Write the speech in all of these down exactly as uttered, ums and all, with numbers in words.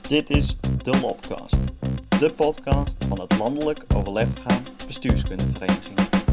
Dit is de Lopcast, de podcast van het Landelijk Overlegorgaan Bestuurskundevereniging.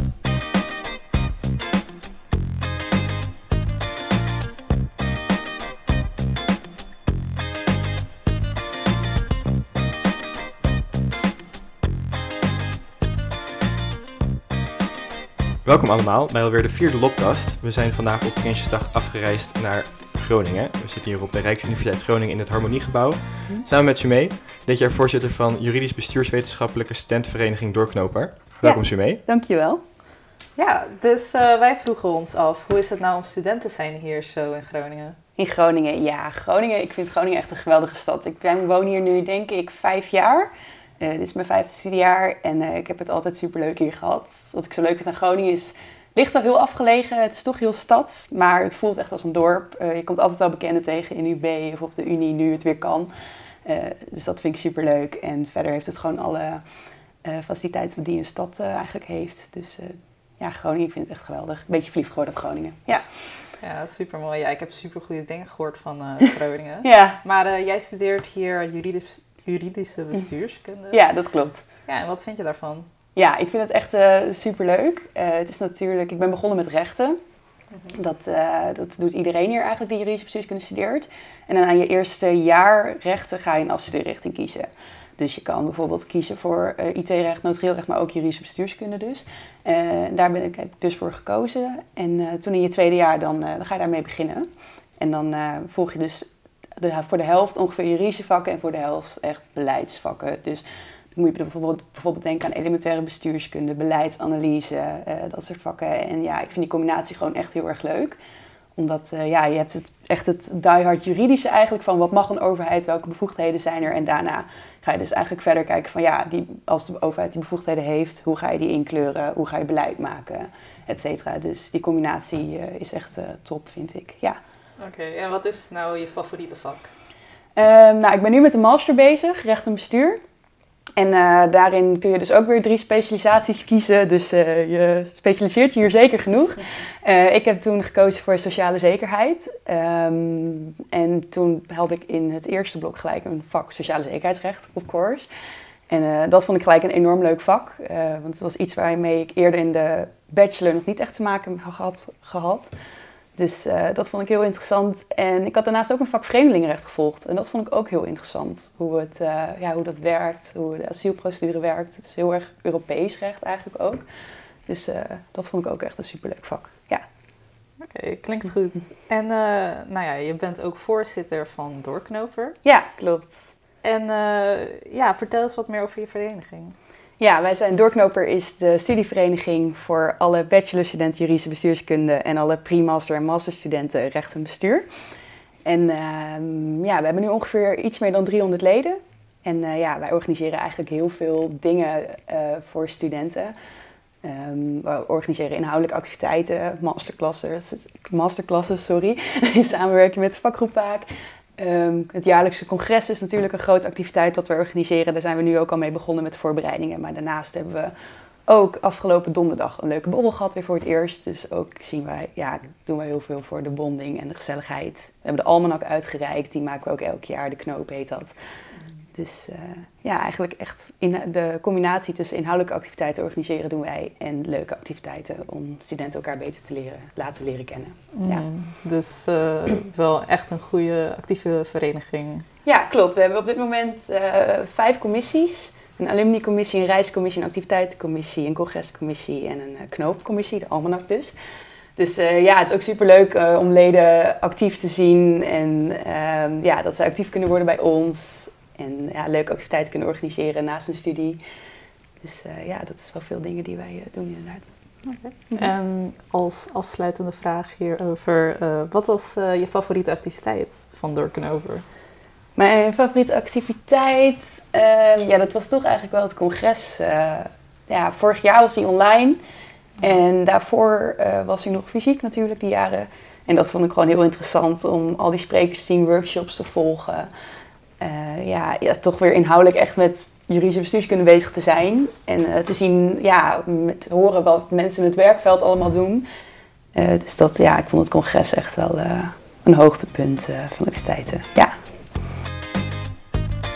Welkom allemaal bij alweer de vierde Lopcast. We zijn vandaag op Prinsjesdag afgereisd naar Groningen. We zitten hier op de Rijksuniversiteit Groningen in het Harmoniegebouw. Samen met Sumé, dit jaar voorzitter van Juridisch Bestuurswetenschappelijke Studentenvereniging Doorknoper. Welkom ja, Sumé. Dankjewel. Ja, dus uh, wij vroegen ons af, hoe is het nou om student te zijn hier zo in Groningen? In Groningen, ja. Groningen, ik vind Groningen echt een geweldige stad. Ik ben, woon hier nu denk ik vijf jaar. Uh, dit is mijn vijfde studiejaar en uh, ik heb het altijd superleuk hier gehad. Wat ik zo leuk vind aan Groningen is, het ligt wel heel afgelegen. Het is toch heel stads, maar het voelt echt als een dorp. Uh, je komt altijd wel bekenden tegen in U B of op de Unie, nu het weer kan. Uh, dus dat vind ik superleuk. En verder heeft het gewoon alle uh, faciliteiten die een stad uh, eigenlijk heeft. Dus uh, ja, Groningen, ik vind het echt geweldig. Een beetje verliefd geworden op Groningen. Ja, ja super mooi. Ja, ik heb super goede dingen gehoord van uh, Groningen. Ja. Maar uh, jij studeert hier juridisch, juridische bestuurskunde. Ja, dat klopt. Ja, en wat vind je daarvan? Ja, ik vind het echt uh, superleuk. Uh, het is natuurlijk, ik ben begonnen met rechten. Mm-hmm. Dat, uh, dat doet iedereen hier eigenlijk die juridische bestuurskunde studeert. En dan aan je eerste jaar rechten ga je een afstudeerrichting kiezen. Dus je kan bijvoorbeeld kiezen voor uh, I T-recht, notarieel recht, maar ook juridische bestuurskunde dus. Uh, daar ben ik, heb ik dus voor gekozen. En uh, toen in je tweede jaar, dan, uh, dan ga je daarmee beginnen. En dan uh, volg je dus de, voor de helft ongeveer juridische vakken en voor de helft echt beleidsvakken. Dus dan moet je bijvoorbeeld, bijvoorbeeld denken aan elementaire bestuurskunde, beleidsanalyse, uh, dat soort vakken. En ja, ik vind die combinatie gewoon echt heel erg leuk. Omdat uh, ja, je hebt het, echt het diehard juridische eigenlijk van wat mag een overheid, welke bevoegdheden zijn er. En daarna ga je dus eigenlijk verder kijken van ja, die, als de overheid die bevoegdheden heeft, hoe ga je die inkleuren, hoe ga je beleid maken, et cetera. Dus die combinatie uh, is echt uh, top, vind ik. Ja. Oké, okay, en wat is nou je favoriete vak? Uh, nou, ik ben nu met de master bezig, recht en bestuur. En uh, daarin kun je dus ook weer drie specialisaties kiezen. Dus uh, je specialiseert je hier zeker genoeg. Uh, ik heb toen gekozen voor sociale zekerheid. Um, en toen had ik in het eerste blok gelijk een vak sociale zekerheidsrecht, of course. En uh, dat vond ik gelijk een enorm leuk vak. Uh, want het was iets waarmee ik eerder in de bachelor nog niet echt te maken had gehad. Dus uh, dat vond ik heel interessant. En ik had daarnaast ook een vak vreemdelingenrecht gevolgd. En dat vond ik ook heel interessant. Hoe, het, uh, ja, hoe dat werkt, hoe de asielprocedure werkt. Het is heel erg Europees recht eigenlijk ook. Dus uh, dat vond ik ook echt een superleuk vak. Ja. Oké, okay, klinkt goed. En uh, nou ja, je bent ook voorzitter van Doorknoper. Ja, klopt. En uh, ja, vertel eens wat meer over je vereniging. Ja, wij zijn Doorknoper is de studievereniging voor alle bachelorstudenten juridische bestuurskunde en alle pre-master en masterstudenten recht en bestuur. En uh, ja, we hebben nu ongeveer iets meer dan driehonderd leden. En uh, ja, wij organiseren eigenlijk heel veel dingen uh, voor studenten. Um, we organiseren inhoudelijke activiteiten, masterclasses, masterclasses sorry, in samenwerking met de vakgroep Paak. Um, het jaarlijkse congres is natuurlijk een grote activiteit dat we organiseren. Daar zijn we nu ook al mee begonnen met de voorbereidingen. Maar daarnaast hebben we ook afgelopen donderdag een leuke borrel gehad weer voor het eerst. Dus ook zien wij, ja, doen we heel veel voor de bonding en de gezelligheid. We hebben de almanak uitgereikt, die maken we ook elk jaar. De knoop heet dat. Dus uh, ja, eigenlijk echt in de combinatie tussen inhoudelijke activiteiten organiseren doen wij en leuke activiteiten om studenten elkaar beter te leren, laten leren kennen. Mm, ja. Dus uh, wel echt een goede actieve vereniging. Ja, klopt. We hebben op dit moment uh, vijf commissies. Een alumni-commissie, een reiscommissie, een activiteitencommissie, een congrescommissie en een uh, knoopcommissie, de almanak dus. Dus uh, ja, het is ook superleuk uh, om leden actief te zien en uh, ja, dat ze actief kunnen worden bij ons. En ja, leuke activiteiten kunnen organiseren naast een studie. Dus uh, ja, dat is wel veel dingen die wij uh, doen inderdaad. Okay. Mm-hmm. En als afsluitende vraag hierover, uh, wat was uh, je favoriete activiteit van Doorknoper? Mijn favoriete activiteit, uh, ja, dat was toch eigenlijk wel het congres. Uh, ja, vorig jaar was die online en daarvoor uh, was hij nog fysiek natuurlijk die jaren. En dat vond ik gewoon heel interessant om al die sprekers te zien, workshops te volgen. Uh, ja, ja, toch weer inhoudelijk echt met juridische bestuurskunde bezig te zijn. En uh, te zien, ja, met horen wat mensen in het werkveld allemaal doen. Uh, dus dat, ja, ik vond het congres echt wel uh, een hoogtepunt uh, van de activiteiten. Ja.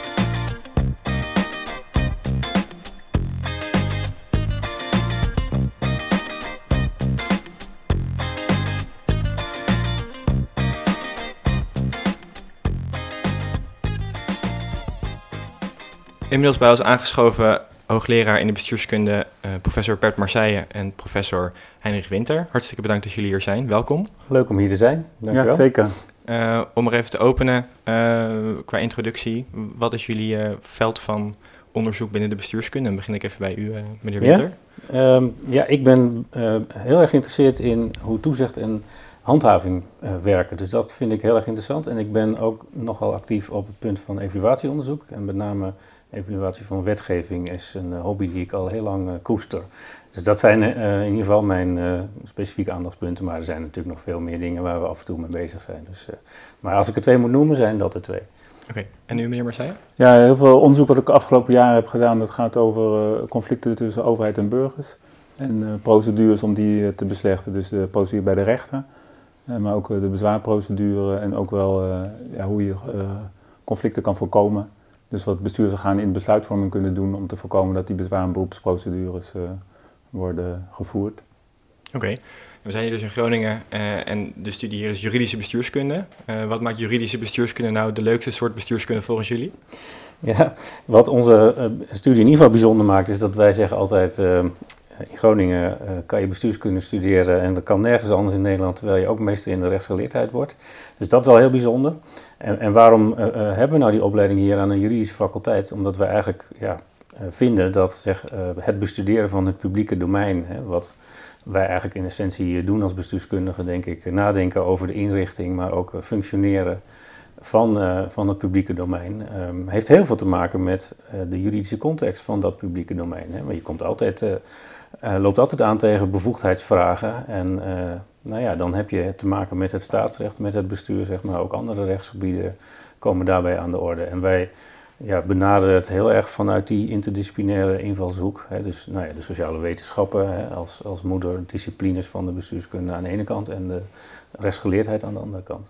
Inmiddels bij ons aangeschoven hoogleraar in de bestuurskunde, uh, professor Bert Marseille en professor Heinrich Winter. Hartstikke bedankt dat jullie hier zijn. Welkom. Leuk om hier te zijn. Dank ja, zeker. Uh, om er even te openen, uh, qua introductie, wat is jullie uh, veld van onderzoek binnen de bestuurskunde? Dan begin ik even bij u, uh, meneer Winter. Ja, um, ja ik ben uh, heel erg geïnteresseerd in hoe toezicht en handhaving uh, werken. Dus dat vind ik heel erg interessant. En ik ben ook nogal actief op het punt van evaluatieonderzoek. En met name evaluatie van wetgeving is een uh, hobby die ik al heel lang uh, koester. Dus dat zijn uh, in ieder geval mijn uh, specifieke aandachtspunten. Maar er zijn natuurlijk nog veel meer dingen waar we af en toe mee bezig zijn. Dus, uh, maar als ik er twee moet noemen, zijn dat er twee. Oké, okay. En u, meneer Marseille? Ja, heel veel onderzoek wat ik de afgelopen jaren heb gedaan, dat gaat over uh, conflicten tussen overheid en burgers. En uh, procedures om die uh, te beslechten. Dus de procedure bij de rechter. Uh, maar ook uh, de bezwaarprocedure en ook wel uh, ja, hoe je uh, conflicten kan voorkomen. Dus wat bestuursorganen in besluitvorming kunnen doen om te voorkomen dat die bezwaar- en beroepsprocedures uh, worden gevoerd. Oké, okay. We zijn hier dus in Groningen uh, en de studie hier is juridische bestuurskunde. Uh, wat maakt juridische bestuurskunde nou de leukste soort bestuurskunde volgens jullie? Ja, wat onze uh, studie in ieder geval bijzonder maakt is dat wij zeggen altijd... Uh, In Groningen uh, kan je bestuurskunde studeren en dat kan nergens anders in Nederland, terwijl je ook meester in de rechtsgeleerdheid wordt. Dus dat is al heel bijzonder. En, en waarom uh, uh, hebben we nou die opleiding hier aan een juridische faculteit? Omdat we eigenlijk ja, uh, vinden dat zeg, uh, het bestuderen van het publieke domein, hè, wat wij eigenlijk in essentie doen als bestuurskundigen, denk ik, nadenken over de inrichting, maar ook uh, functioneren van, uh, van het publieke domein, um, heeft heel veel te maken met uh, de juridische context van dat publieke domein. Hè. Maar je komt altijd... Uh, Uh, loopt altijd aan tegen bevoegdheidsvragen en uh, nou ja, dan heb je te maken met het staatsrecht, met het bestuur, zeg maar. Ook andere rechtsgebieden komen daarbij aan de orde. En wij ja, benaderen het heel erg vanuit die interdisciplinaire invalshoek. Hè. Dus nou ja, de sociale wetenschappen hè, als, als moederdisciplines van de bestuurskunde aan de ene kant en de rechtsgeleerdheid aan de andere kant.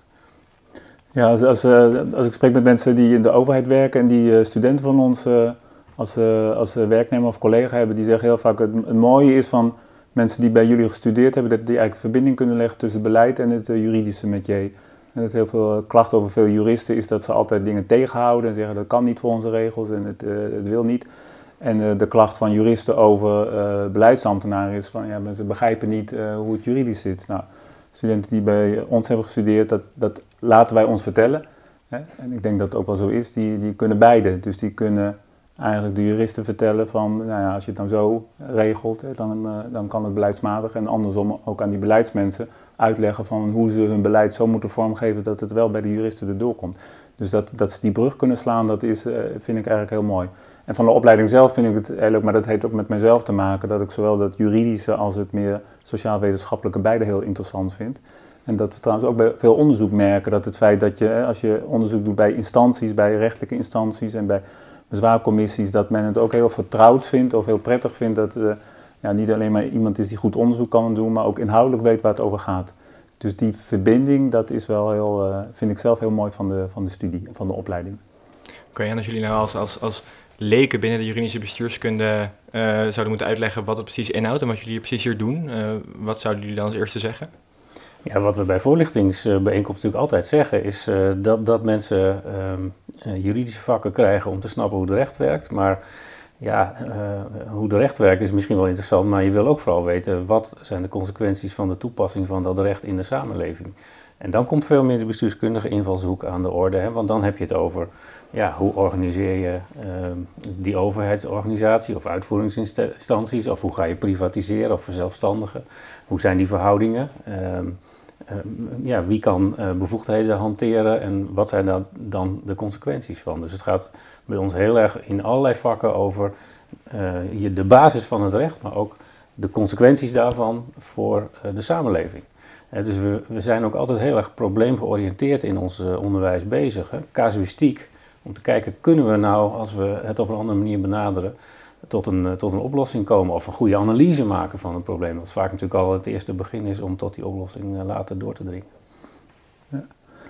Ja, als, als, uh, als ik spreek met mensen die in de overheid werken en die uh, studenten van ons... Uh, Als we, als we werknemer of collega hebben, die zeggen heel vaak, het, het mooie is van mensen die bij jullie gestudeerd hebben, dat die eigenlijk verbinding kunnen leggen tussen beleid en het uh, juridische métier. En dat heel veel klachten over veel juristen is dat ze altijd dingen tegenhouden en zeggen dat kan niet voor onze regels en het, uh, het wil niet. En uh, de klacht van juristen over uh, beleidsambtenaren is van, ja, ze begrijpen niet uh, hoe het juridisch zit. Nou, studenten die bij ons hebben gestudeerd, dat, dat laten wij ons vertellen. Hè? En ik denk dat het ook wel zo is, die, die kunnen beide. Dus die kunnen... eigenlijk de juristen vertellen van, nou ja, als je het dan zo regelt, hè, dan, uh, dan kan het beleidsmatig en andersom ook aan die beleidsmensen uitleggen van hoe ze hun beleid zo moeten vormgeven dat het wel bij de juristen erdoor komt. Dus dat, dat ze die brug kunnen slaan, dat is, uh, vind ik eigenlijk heel mooi. En van de opleiding zelf vind ik het heel leuk, maar dat heeft ook met mezelf te maken, dat ik zowel dat juridische als het meer sociaal-wetenschappelijke beide heel interessant vind. En dat we trouwens ook bij veel onderzoek merken dat het feit dat je, als je onderzoek doet bij instanties, bij rechtelijke instanties en bij bezwaarcommissies, dat men het ook heel vertrouwd vindt of heel prettig vindt dat uh, ja, niet alleen maar iemand is die goed onderzoek kan doen, maar ook inhoudelijk weet waar het over gaat. Dus die verbinding, dat is wel heel, uh, vind ik zelf heel mooi van de, van de studie, van de opleiding. Oké, okay, en als jullie nou als, als, als leken binnen de juridische bestuurskunde uh, zouden moeten uitleggen wat het precies inhoudt en wat jullie precies hier doen, uh, wat zouden jullie dan als eerste zeggen? Ja, wat we bij voorlichtingsbijeenkomsten natuurlijk altijd zeggen is uh, dat, dat mensen uh, uh, juridische vakken krijgen om te snappen hoe de recht werkt. Maar ja, uh, hoe de recht werkt is misschien wel interessant, maar je wil ook vooral weten wat zijn de consequenties van de toepassing van dat recht in de samenleving. En dan komt veel meer de bestuurskundige invalshoek aan de orde, hè, want dan heb je het over ja, hoe organiseer je uh, die overheidsorganisatie of uitvoeringsinstanties, of hoe ga je privatiseren of verzelfstandigen, hoe zijn die verhoudingen. Uh, Uh, ja, wie kan uh, bevoegdheden hanteren en wat zijn daar dan de consequenties van? Dus het gaat bij ons heel erg in allerlei vakken over uh, je, de basis van het recht, maar ook de consequenties daarvan voor uh, de samenleving. Uh, dus we, we zijn ook altijd heel erg probleemgeoriënteerd in ons uh, onderwijs bezig. Hè? Casuïstiek, om te kijken, kunnen we nou, als we het op een andere manier benaderen, tot een, tot een oplossing komen of een goede analyse maken van een probleem. Wat vaak natuurlijk al het eerste begin is om tot die oplossing later door te dringen. Ja,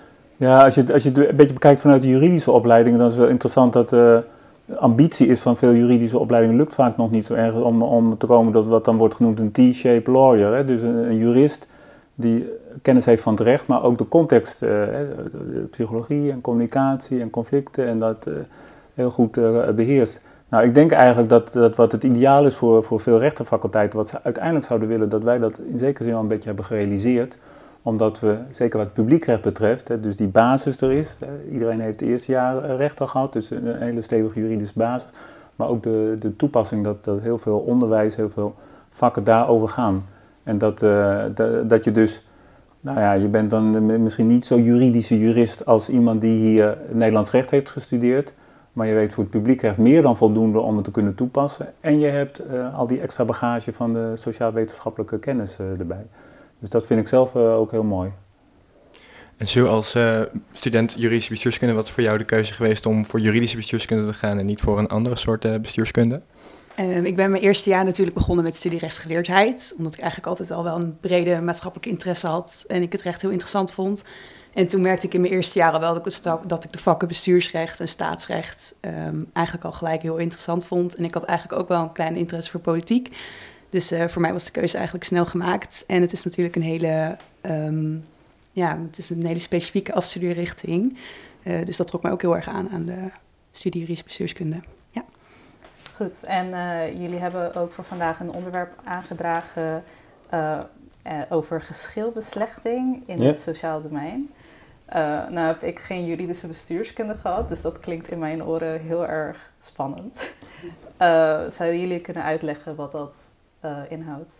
ja als, je, als je het een beetje bekijkt vanuit de juridische opleidingen, dan is het wel interessant dat de ambitie is van veel juridische opleidingen lukt vaak nog niet zo erg om, om te komen tot wat dan wordt genoemd een T-shaped lawyer. Hè? Dus een, een jurist die kennis heeft van het recht, maar ook de context, uh, de psychologie en communicatie en conflicten en dat... Uh, heel goed uh, beheerst. Nou, ik denk eigenlijk dat, dat wat het ideaal is voor, voor veel rechtenfaculteiten, wat ze uiteindelijk zouden willen, dat wij dat in zekere zin al een beetje hebben gerealiseerd. Omdat we, zeker wat publiekrecht betreft, hè, dus die basis er is. Hè, iedereen heeft het eerste jaar recht al gehad, dus een hele stevige juridische basis. Maar ook de, de toepassing, dat, dat heel veel onderwijs, heel veel vakken daarover gaan. En dat, uh, dat, dat je dus, nou ja, je bent dan misschien niet zo juridische jurist als iemand die hier Nederlands recht heeft gestudeerd. Maar je weet voor het publiekrecht meer dan voldoende om het te kunnen toepassen. En je hebt uh, al die extra bagage van de sociaal-wetenschappelijke kennis uh, erbij. Dus dat vind ik zelf uh, ook heel mooi. En zo als uh, student juridische bestuurskunde, wat is voor jou de keuze geweest om voor juridische bestuurskunde te gaan en niet voor een andere soort uh, bestuurskunde? Um, ik ben mijn eerste jaar natuurlijk begonnen met studie rechtsgeleerdheid. Omdat ik eigenlijk altijd al wel een brede maatschappelijke interesse had en ik het recht heel interessant vond. En toen merkte ik in mijn eerste jaren wel dat ik, dat ik de vakken bestuursrecht en staatsrecht um, eigenlijk al gelijk heel interessant vond. En ik had eigenlijk ook wel een kleine interesse voor politiek. Dus uh, voor mij was de keuze eigenlijk snel gemaakt. En het is natuurlijk een hele, um, ja, het is een hele specifieke afstudeerrichting. Uh, dus dat trok mij ook heel erg aan aan de studie juridische bestuurskunde. Ja. Goed, en uh, jullie hebben ook voor vandaag een onderwerp aangedragen uh, uh, over geschilbeslechting in Ja. het sociaal domein. Uh, nou heb ik geen juridische bestuurskunde gehad, dus dat klinkt in mijn oren heel erg spannend. Uh, zouden jullie kunnen uitleggen wat dat uh, inhoudt?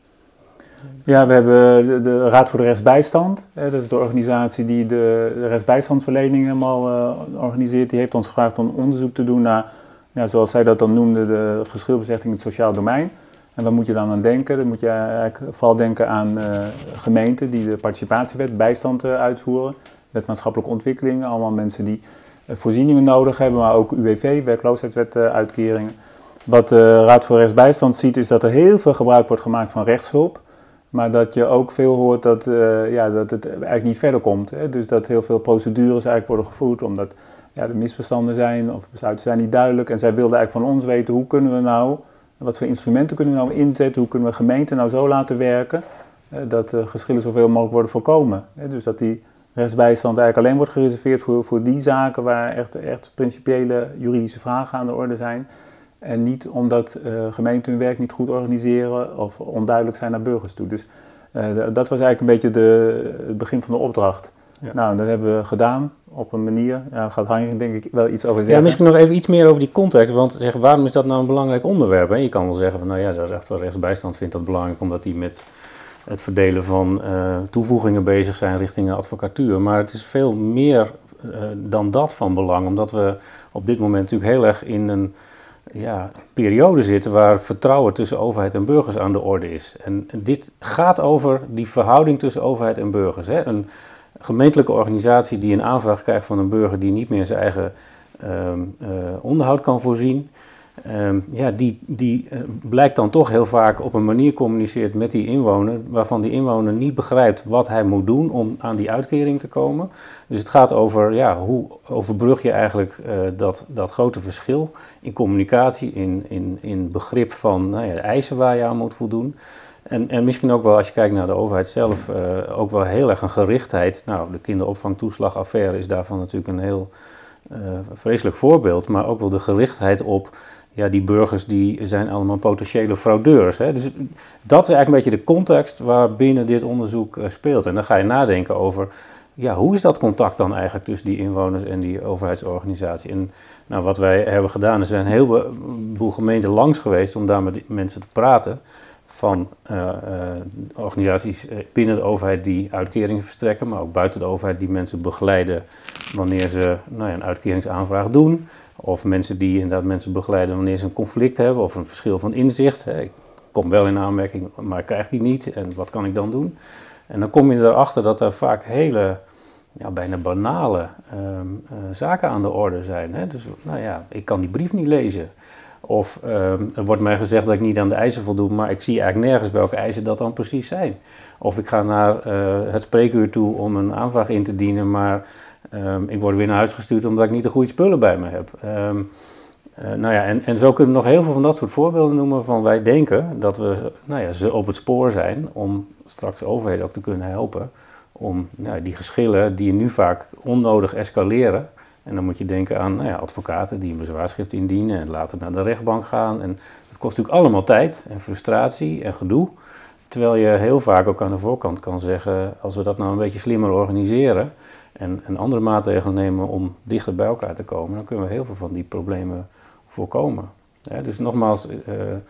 Ja, we hebben de, de Raad voor de Rechtsbijstand. Hè, dat is de organisatie die de, de rechtsbijstandverlening helemaal uh, organiseert. Die heeft ons gevraagd om onderzoek te doen naar, ja, zoals zij dat dan noemde, de geschilbeslechting in het sociaal domein. En waar moet je dan aan denken? Dan moet je eigenlijk vooral denken aan uh, gemeenten die de participatiewet bijstand uh, uitvoeren. Wet maatschappelijke ontwikkelingen, allemaal mensen die uh, voorzieningen nodig hebben, maar ook U W V, werkloosheidswet uh, uitkeringen. Wat de Raad voor Rechtsbijstand ziet is dat er heel veel gebruik wordt gemaakt van rechtshulp. Maar dat je ook veel hoort dat, uh, ja, dat het eigenlijk niet verder komt. Hè? Dus dat heel veel procedures eigenlijk worden gevoerd omdat ja, er misverstanden zijn of besluiten zijn niet duidelijk. En zij wilden eigenlijk van ons weten hoe kunnen we nou, wat voor instrumenten kunnen we nou inzetten, hoe kunnen we gemeenten nou zo laten werken uh, dat uh, geschillen zoveel mogelijk worden voorkomen. Hè? Dus dat die rechtsbijstand eigenlijk alleen wordt gereserveerd voor, voor die zaken waar echt, echt principiële juridische vragen aan de orde zijn. En niet omdat uh, gemeenten hun werk niet goed organiseren of onduidelijk zijn naar burgers toe. Dus uh, dat was eigenlijk een beetje de, het begin van de opdracht. Ja. Nou, dat hebben we gedaan op een manier. Ja, daar gaat Heinrich denk ik wel iets over zeggen. Ja, misschien nog even iets meer over die context. Want zeg, waarom is dat nou een belangrijk onderwerp? Hè? Je kan wel zeggen van, nou ja, de Raad voor Rechtsbijstand vindt dat belangrijk omdat die met het verdelen van uh, toevoegingen bezig zijn richting de advocatuur. Maar het is veel meer uh, dan dat van belang. Omdat we op dit moment natuurlijk heel erg in een ja, periode zitten waar vertrouwen tussen overheid en burgers aan de orde is. En dit gaat over die verhouding tussen overheid en burgers. Hè? Een gemeentelijke organisatie die een aanvraag krijgt van een burger die niet meer zijn eigen um, uh, onderhoud kan voorzien. Um, ja, die, die uh, blijkt dan toch heel vaak op een manier communiceert met die inwoner, waarvan die inwoner niet begrijpt wat hij moet doen om aan die uitkering te komen. Dus het gaat over, ja, hoe overbrug je eigenlijk uh, dat, dat grote verschil in communicatie, in, in, in begrip van nou ja, de eisen waar je aan moet voldoen. En, en misschien ook wel, als je kijkt naar de overheid zelf, uh, ook wel heel erg een gerichtheid. Nou, de kinderopvangtoeslagaffaire is daarvan natuurlijk een heel uh, vreselijk voorbeeld, maar ook wel de gerichtheid op ja, die burgers die zijn allemaal potentiële fraudeurs. Hè? Dus dat is eigenlijk een beetje de context waarbinnen dit onderzoek uh, speelt. En dan ga je nadenken over, ja, hoe is dat contact dan eigenlijk tussen die inwoners en die overheidsorganisatie? En nou, wat wij hebben gedaan, is er zijn een heleboel gemeenten langs geweest om daar met die mensen te praten. Van uh, uh, organisaties binnen de overheid die uitkeringen verstrekken, maar ook buiten de overheid die mensen begeleiden wanneer ze nou ja, een uitkeringsaanvraag doen. Of mensen die inderdaad mensen begeleiden wanneer ze een conflict hebben of een verschil van inzicht. Ik kom wel in aanmerking, maar ik krijg die niet en wat kan ik dan doen? En dan kom je erachter dat er vaak hele, ja, bijna banale um, uh, zaken aan de orde zijn. Hè? Dus nou ja, ik kan die brief niet lezen. Of uh, er wordt mij gezegd dat ik niet aan de eisen voldoen, maar ik zie eigenlijk nergens welke eisen dat dan precies zijn. Of ik ga naar uh, het spreekuur toe om een aanvraag in te dienen, maar um, ik word weer naar huis gestuurd omdat ik niet de goede spullen bij me heb. Um, uh, nou ja, en, en zo kunnen we nog heel veel van dat soort voorbeelden noemen van wij denken dat we nou ja, ze op het spoor zijn om straks overheden ook te kunnen helpen. Om nou, die geschillen die nu vaak onnodig escaleren En dan moet je denken aan nou ja, advocaten die een bezwaarschrift indienen en later naar de rechtbank gaan. En dat kost natuurlijk allemaal tijd en frustratie en gedoe. Terwijl je heel vaak ook aan de voorkant kan zeggen, als we dat nou een beetje slimmer organiseren en, en andere maatregelen nemen om dichter bij elkaar te komen, dan kunnen we heel veel van die problemen voorkomen. Ja, dus nogmaals, uh,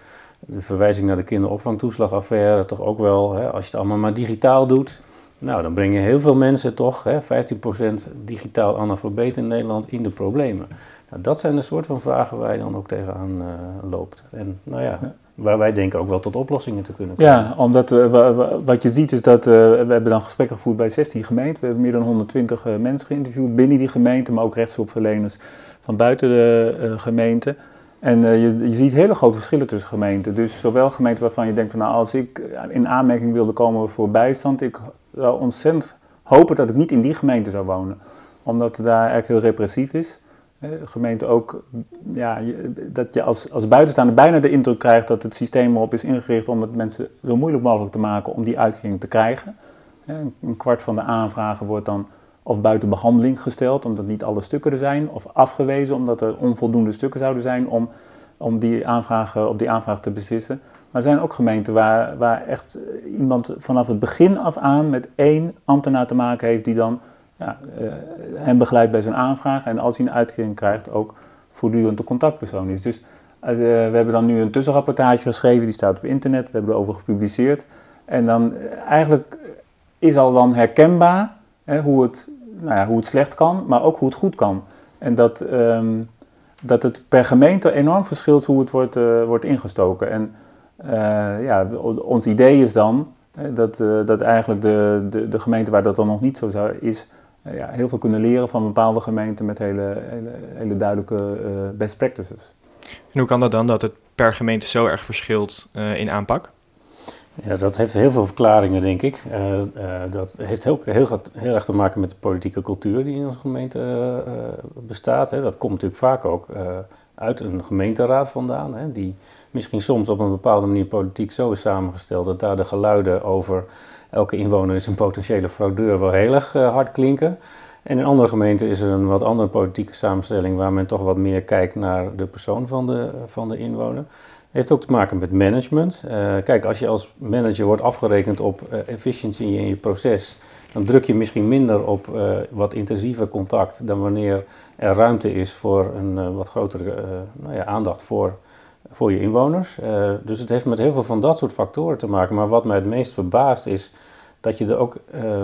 de verwijzing naar de kinderopvangtoeslagaffaire, toch ook wel, hè, als je het allemaal maar digitaal doet, nou, dan breng je heel veel mensen toch, hè, vijftien procent digitaal analfabeet in Nederland, in de problemen. Nou, dat zijn de soort van vragen waar je dan ook tegenaan uh, loopt. En nou ja, waar wij denken ook wel tot oplossingen te kunnen komen. Ja, omdat uh, wat je ziet is dat uh, we hebben dan gesprekken gevoerd bij zestien gemeenten. We hebben meer dan honderdtwintig uh, mensen geïnterviewd binnen die gemeenten, maar ook rechtshulpverleners van buiten de uh, gemeente. En uh, je, je ziet hele grote verschillen tussen gemeenten. Dus zowel gemeenten waarvan je denkt van nou, als ik in aanmerking wilde komen voor bijstand, ik zou ontzettend hopen dat ik niet in die gemeente zou wonen. Omdat het daar eigenlijk heel repressief is. De gemeente ook, ja, dat je als, als buitenstaander bijna de indruk krijgt dat het systeem erop is ingericht om het mensen zo moeilijk mogelijk te maken om die uitkering te krijgen. Een kwart van de aanvragen wordt dan of buiten behandeling gesteld, omdat niet alle stukken er zijn, of afgewezen omdat er onvoldoende stukken zouden zijn om, om die aanvragen, op die aanvraag te beslissen. Maar er zijn ook gemeenten waar, waar echt iemand vanaf het begin af aan met één ambtenaar te maken heeft die dan ja, uh, hem begeleidt bij zijn aanvraag en als hij een uitkering krijgt ook voortdurend de contactpersoon is. Dus uh, we hebben dan nu een tussenrapportage geschreven, die staat op internet, we hebben erover gepubliceerd. En dan uh, eigenlijk is al dan herkenbaar hè, hoe, het, nou ja, hoe het slecht kan, maar ook hoe het goed kan. En dat, um, dat het per gemeente enorm verschilt hoe het wordt, uh, wordt ingestoken. En uh, ja, ons idee is dan hè, dat, uh, dat eigenlijk de, de, de gemeente waar dat dan nog niet zo zou is, uh, ja, heel veel kunnen leren van bepaalde gemeenten met hele, hele, hele duidelijke uh, best practices. En hoe kan dat dan dat het per gemeente zo erg verschilt uh, in aanpak? Ja, dat heeft heel veel verklaringen, denk ik. Uh, uh, dat heeft heel, heel, heel erg te maken met de politieke cultuur die in onze gemeente uh, bestaat. Hè. Dat komt natuurlijk vaak ook uh, uit een gemeenteraad vandaan. Hè, die misschien soms op een bepaalde manier politiek zo is samengesteld dat daar de geluiden over elke inwoner is een potentiële fraudeur wel heel erg uh, hard klinken. En in andere gemeenten is er een wat andere politieke samenstelling waar men toch wat meer kijkt naar de persoon van de, van de inwoner. Heeft ook te maken met management. Uh, kijk, als je als manager wordt afgerekend op uh, efficiëntie in je proces, dan druk je misschien minder op uh, wat intensiever contact dan wanneer er ruimte is voor een uh, wat grotere uh, nou ja, aandacht voor, voor je inwoners. Uh, dus het heeft met heel veel van dat soort factoren te maken. Maar wat mij het meest verbaast is dat je er ook uh, uh,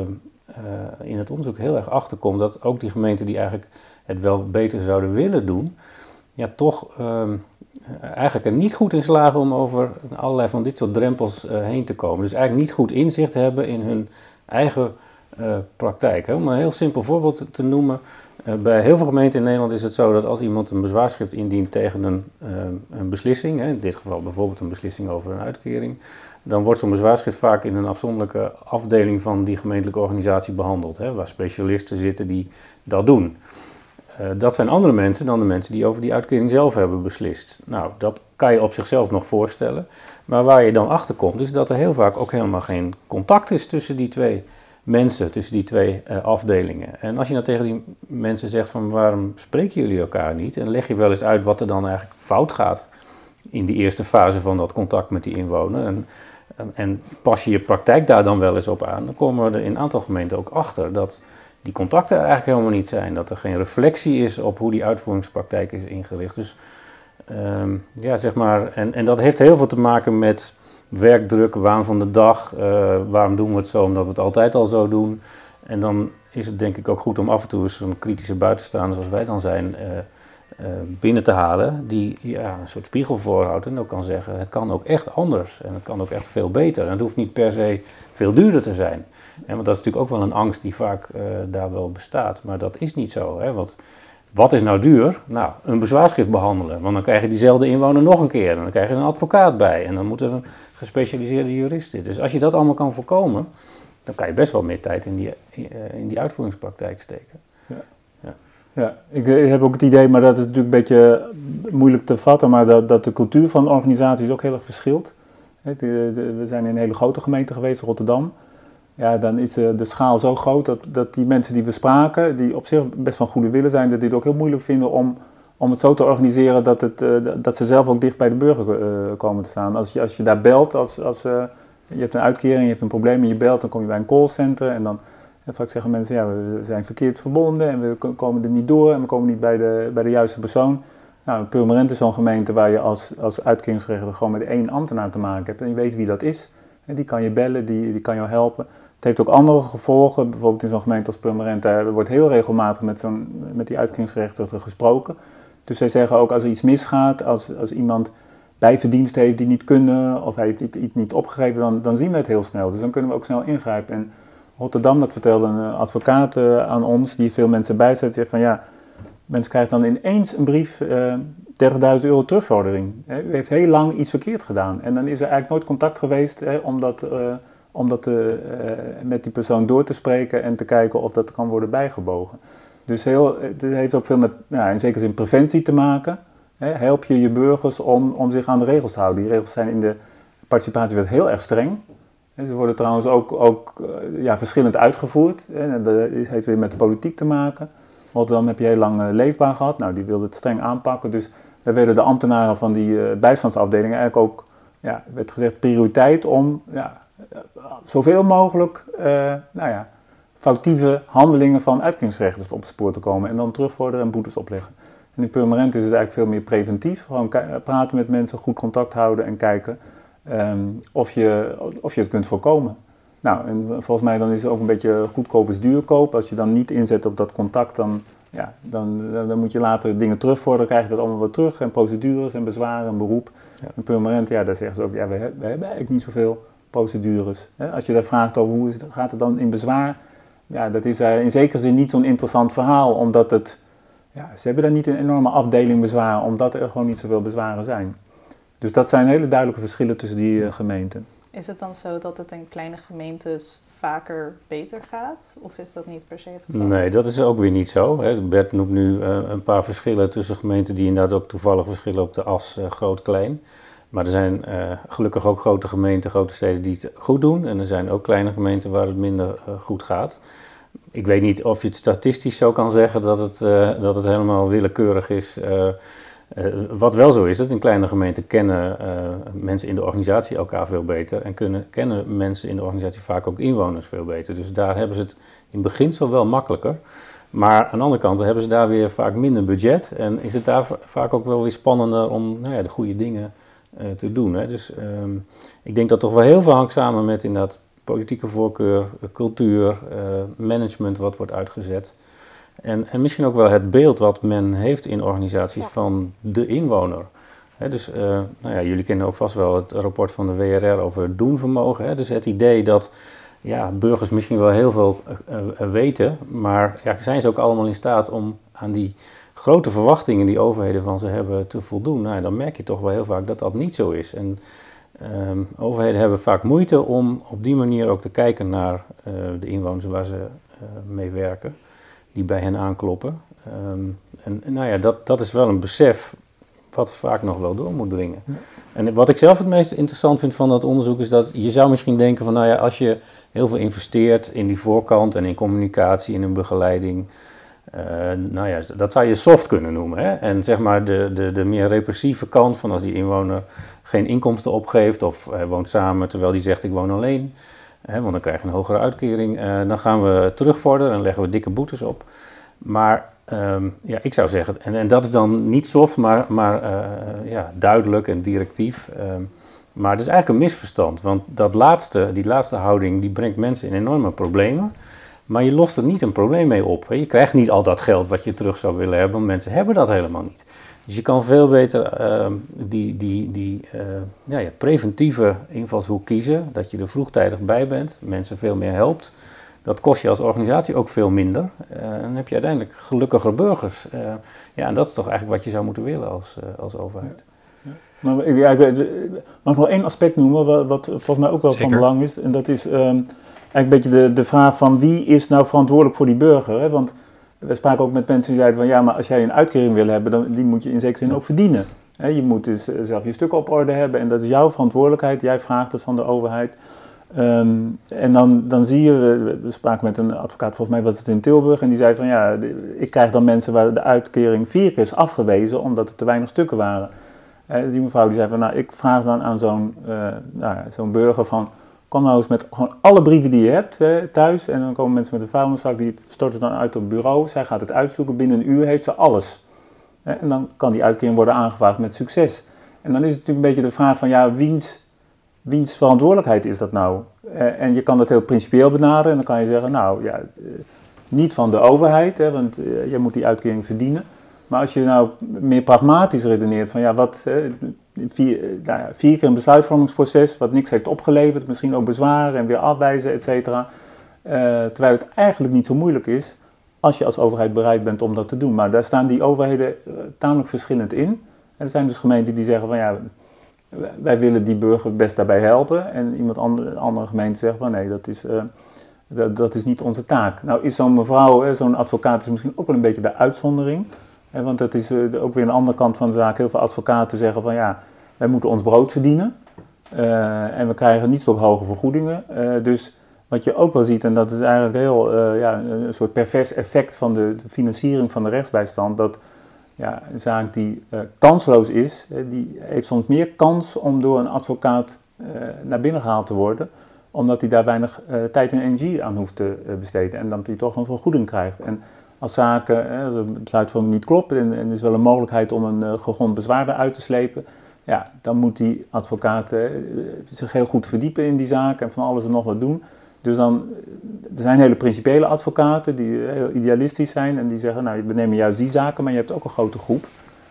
in het onderzoek heel erg achter komt dat ook die gemeenten die eigenlijk het wel beter zouden willen doen, ja toch Uh, eigenlijk er niet goed in slagen om over allerlei van dit soort drempels uh, heen te komen. Dus eigenlijk niet goed inzicht hebben in hun eigen uh, praktijk. Hè. Om een heel simpel voorbeeld te noemen. Uh, bij heel veel gemeenten in Nederland is het zo dat als iemand een bezwaarschrift indient tegen een, uh, een beslissing, hè, in dit geval bijvoorbeeld een beslissing over een uitkering, dan wordt zo'n bezwaarschrift vaak in een afzonderlijke afdeling van die gemeentelijke organisatie behandeld, hè, waar specialisten zitten die dat doen. Uh, dat zijn andere mensen dan de mensen die over die uitkering zelf hebben beslist. Nou, dat kan je op zichzelf nog voorstellen. Maar waar je dan achter komt, is dat er heel vaak ook helemaal geen contact is tussen die twee mensen, tussen die twee uh, afdelingen. En als je nou tegen die mensen zegt van waarom spreken jullie elkaar niet? En leg je wel eens uit wat er dan eigenlijk fout gaat in die eerste fase van dat contact met die inwoner. En, en pas je je praktijk daar dan wel eens op aan, dan komen we er in een aantal gemeenten ook achter dat die contacten er eigenlijk helemaal niet zijn. Dat er geen reflectie is op hoe die uitvoeringspraktijk is ingericht. Dus um, ja, zeg maar, en, en dat heeft heel veel te maken met werkdruk, waan van de dag. Uh, waarom doen we het zo? Omdat we het altijd al zo doen. En dan is het denk ik ook goed om af en toe eens zo'n kritische buitenstaander zoals wij dan zijn uh, uh, binnen te halen. Die ja, een soort spiegel voorhoudt en ook kan zeggen, het kan ook echt anders. En het kan ook echt veel beter. En het hoeft niet per se veel duurder te zijn. Ja, want dat is natuurlijk ook wel een angst die vaak uh, daar wel bestaat. Maar dat is niet zo. Hè? Want wat is nou duur? Nou, een bezwaarschrift behandelen. Want dan krijg je diezelfde inwoner nog een keer. En dan krijg je een advocaat bij. En dan moet er een gespecialiseerde jurist in. Dus als je dat allemaal kan voorkomen, dan kan je best wel meer tijd in die, in die uitvoeringspraktijk steken. Ja. Ja. Ja, ik heb ook het idee, maar dat is natuurlijk een beetje moeilijk te vatten, maar dat, dat de cultuur van organisaties ook heel erg verschilt. We zijn in een hele grote gemeente geweest, Rotterdam. ja, dan is de, de schaal zo groot dat, dat die mensen die we spraken, die op zich best van goede willen zijn, dat die het ook heel moeilijk vinden om, om het zo te organiseren dat, het, uh, dat ze zelf ook dicht bij de burger uh, komen te staan. Als je, als je daar belt, als, als, uh, je hebt een uitkering, je hebt een probleem en je belt, dan kom je bij een callcenter en dan en vaak zeggen mensen, ja, we zijn verkeerd verbonden en we komen er niet door en we komen niet bij de, bij de juiste persoon. Nou, Purmerend is zo'n gemeente waar je als, als uitkeringsrechter gewoon met één ambtenaar te maken hebt en je weet wie dat is. En die kan je bellen, die, die kan jou helpen. Het heeft ook andere gevolgen. Bijvoorbeeld in zo'n gemeente als Purmerend, daar wordt heel regelmatig met, zo'n, met die uitkeringsrechter gesproken. Dus zij zeggen ook als er iets misgaat, als, als iemand bijverdienst heeft die niet kunnen of hij heeft iets niet opgegeven, dan, dan zien we het heel snel. Dus dan kunnen we ook snel ingrijpen. En Rotterdam, dat vertelde een advocaat uh, aan ons, die veel mensen bijzet, zegt van ja, mensen krijgen dan ineens een brief, uh, dertigduizend euro terugvordering. U heeft heel lang iets verkeerd gedaan. En dan is er eigenlijk nooit contact geweest hè, om dat, uh, om dat uh, uh, met die persoon door te spreken en te kijken of dat kan worden bijgebogen. Dus heel, het heeft ook veel met, ja, in zekere zin, preventie te maken. Hè. Help je je burgers om, om zich aan de regels te houden. Die regels zijn in de participatiewet heel erg streng. Ze worden trouwens ook, ook ja, verschillend uitgevoerd. Hè. Dat heeft weer met de politiek te maken. Rotterdam heb je heel lang leefbaar gehad. Nou, die wilde het streng aanpakken. Dus daar werden de ambtenaren van die uh, bijstandsafdelingen eigenlijk ook, ja, werd gezegd, prioriteit om ja, zoveel mogelijk uh, nou ja, foutieve handelingen van uitkeringsrechters op het spoor te komen. En dan terugvorderen en boetes opleggen. En in Purmerend is het eigenlijk veel meer preventief. Gewoon k- praten met mensen, goed contact houden en kijken um, of, je, of je het kunt voorkomen. Nou, en volgens mij dan is het ook een beetje goedkoop is duurkoop. Als je dan niet inzet op dat contact, dan, ja, dan, dan moet je later dingen terugvorderen. Dan krijg je dat allemaal weer terug. En procedures en bezwaren en beroep. Ja. In Purmerend, ja, daar zeggen ze ook, ja, we, we hebben eigenlijk niet zoveel procedures. Als je daar vraagt over hoe gaat het dan in bezwaar, ja, dat is in zekere zin niet zo'n interessant verhaal. Omdat het, ja, ze hebben daar niet een enorme afdeling bezwaar, omdat er gewoon niet zoveel bezwaren zijn. Dus dat zijn hele duidelijke verschillen tussen die uh, gemeenten. Is het dan zo dat het in kleine gemeentes vaker beter gaat? Of is dat niet per se het geval? Nee, dat is ook weer niet zo. Hè. Bert noemt nu uh, een paar verschillen tussen gemeenten die inderdaad ook toevallig verschillen op de as uh, groot-klein. Maar er zijn uh, gelukkig ook grote gemeenten, grote steden die het goed doen. En er zijn ook kleine gemeenten waar het minder uh, goed gaat. Ik weet niet of je het statistisch zo kan zeggen dat het, uh, dat het helemaal willekeurig is. Uh, Uh, wat wel zo is, dat in kleine gemeenten kennen uh, mensen in de organisatie elkaar veel beter en kunnen, kennen mensen in de organisatie vaak ook inwoners veel beter. Dus daar hebben ze het in beginsel wel makkelijker. Maar aan de andere kant hebben ze daar weer vaak minder budget en is het daar v- vaak ook wel weer spannender om nou ja, de goede dingen uh, te doen. Hè. Dus um, ik denk dat toch wel heel veel hangt samen met inderdaad politieke voorkeur, cultuur, uh, management wat wordt uitgezet. En, en misschien ook wel het beeld wat men heeft in organisaties ja. van de inwoner. He, dus uh, nou ja, jullie kennen ook vast wel het rapport van de W R R over het doenvermogen. He. Dus het idee dat ja, burgers misschien wel heel veel uh, uh, weten, maar ja, zijn ze ook allemaal in staat om aan die grote verwachtingen die overheden van ze hebben te voldoen? Nou, dan merk je toch wel heel vaak dat dat niet zo is. En um, overheden hebben vaak moeite om op die manier ook te kijken naar uh, de inwoners waar ze uh, mee werken. Die bij hen aankloppen. Um, en, en nou ja, dat, dat is wel een besef wat vaak nog wel door moet dringen. Ja. En wat ik zelf het meest interessant vind van dat onderzoek is dat je zou misschien denken van nou ja, als je heel veel investeert in die voorkant en in communicatie en in begeleiding, uh, nou ja, dat zou je soft kunnen noemen. Hè? En zeg maar de, de, de meer repressieve kant van als die inwoner geen inkomsten opgeeft of hij woont samen terwijl die zegt ik woon alleen. He, want dan krijg je een hogere uitkering. Uh, dan gaan we terugvorderen en leggen we dikke boetes op. Maar um, ja, ik zou zeggen, en, en dat is dan niet soft, maar, maar uh, ja, duidelijk en directief. Um, maar het is eigenlijk een misverstand. Want dat laatste, die laatste houding die brengt mensen in enorme problemen. Maar je lost er niet een probleem mee op. He. Je krijgt niet al dat geld wat je terug zou willen hebben, want mensen hebben dat helemaal niet. Dus je kan veel beter uh, die, die, die uh, ja, ja, preventieve invalshoek kiezen. Dat je er vroegtijdig bij bent, mensen veel meer helpt. Dat kost je als organisatie ook veel minder. Uh, dan heb je uiteindelijk gelukkiger burgers. Uh, ja, en dat is toch eigenlijk wat je zou moeten willen als, uh, als overheid. Ja. Ja. Maar ja, ik mag nog wel één aspect noemen wat, wat volgens mij ook wel Zeker. van belang is. En dat is um, eigenlijk een beetje de, de vraag van wie is nou verantwoordelijk voor die burger. Hè? Want we spraken ook met mensen die zeiden van ja, maar als jij een uitkering wil hebben, dan die moet je in zekere zin ook verdienen. He, je moet dus zelf je stukken op orde hebben en dat is jouw verantwoordelijkheid. Jij vraagt het van de overheid. Um, en dan, dan zie je, we, we spraken met een advocaat, volgens mij was het in Tilburg, en die zei van ja, de, ik krijg dan mensen waar de uitkering vier keer is afgewezen omdat er te weinig stukken waren. Uh, die mevrouw die zei van nou, ik vraag dan aan zo'n, uh, nou, zo'n burger van, kom nou eens met gewoon alle brieven die je hebt uh, thuis, en dan komen mensen met een vuilniszak, die storten dan uit op het bureau, zij gaat het uitzoeken, binnen een uur heeft ze alles. Uh, en dan kan die uitkering worden aangevraagd met succes. En dan is het natuurlijk een beetje de vraag van ja, wiens... Wiens verantwoordelijkheid is dat nou? Uh, en je kan dat heel principieel benaderen en dan kan je zeggen, nou ja, uh, niet van de overheid, hè, want uh, je moet die uitkering verdienen. Maar als je nou meer pragmatisch redeneert van ja, wat, uh, vier, uh, nou ja, vier keer een besluitvormingsproces, wat niks heeft opgeleverd, misschien ook bezwaren en weer afwijzen, et cetera. Uh, terwijl het eigenlijk niet zo moeilijk is als je als overheid bereid bent om dat te doen. Maar daar staan die overheden uh, tamelijk verschillend in. En er zijn dus gemeenten die zeggen van ja, wij willen die burger best daarbij helpen. En iemand andere, andere gemeente zegt van nee, dat is, uh, dat, dat is niet onze taak. Nou is zo'n mevrouw, hè, zo'n advocaat is misschien ook wel een beetje de uitzondering. Hè, want dat is uh, ook weer een andere kant van de zaak. Heel veel advocaten zeggen van ja, wij moeten ons brood verdienen. Uh, en we krijgen niet zo hoge vergoedingen. Uh, dus wat je ook wel ziet, en dat is eigenlijk heel, uh, ja, een soort pervers effect van de, de financiering van de rechtsbijstand, dat ja, een zaak die uh, kansloos is, uh, die heeft soms meer kans om door een advocaat uh, naar binnen gehaald te worden, omdat hij daar weinig uh, tijd en energie aan hoeft te uh, besteden en dat hij toch een vergoeding krijgt. En als zaken, uh, als het besluitvorming niet klopt en, en er is wel een mogelijkheid om een uh, gegrond bezwaar uit te slepen, ja, dan moet die advocaat uh, zich heel goed verdiepen in die zaak en van alles en nog wat doen. Dus dan, er zijn hele principiële advocaten die heel idealistisch zijn en die zeggen, nou, we nemen juist die zaken, maar je hebt ook een grote groep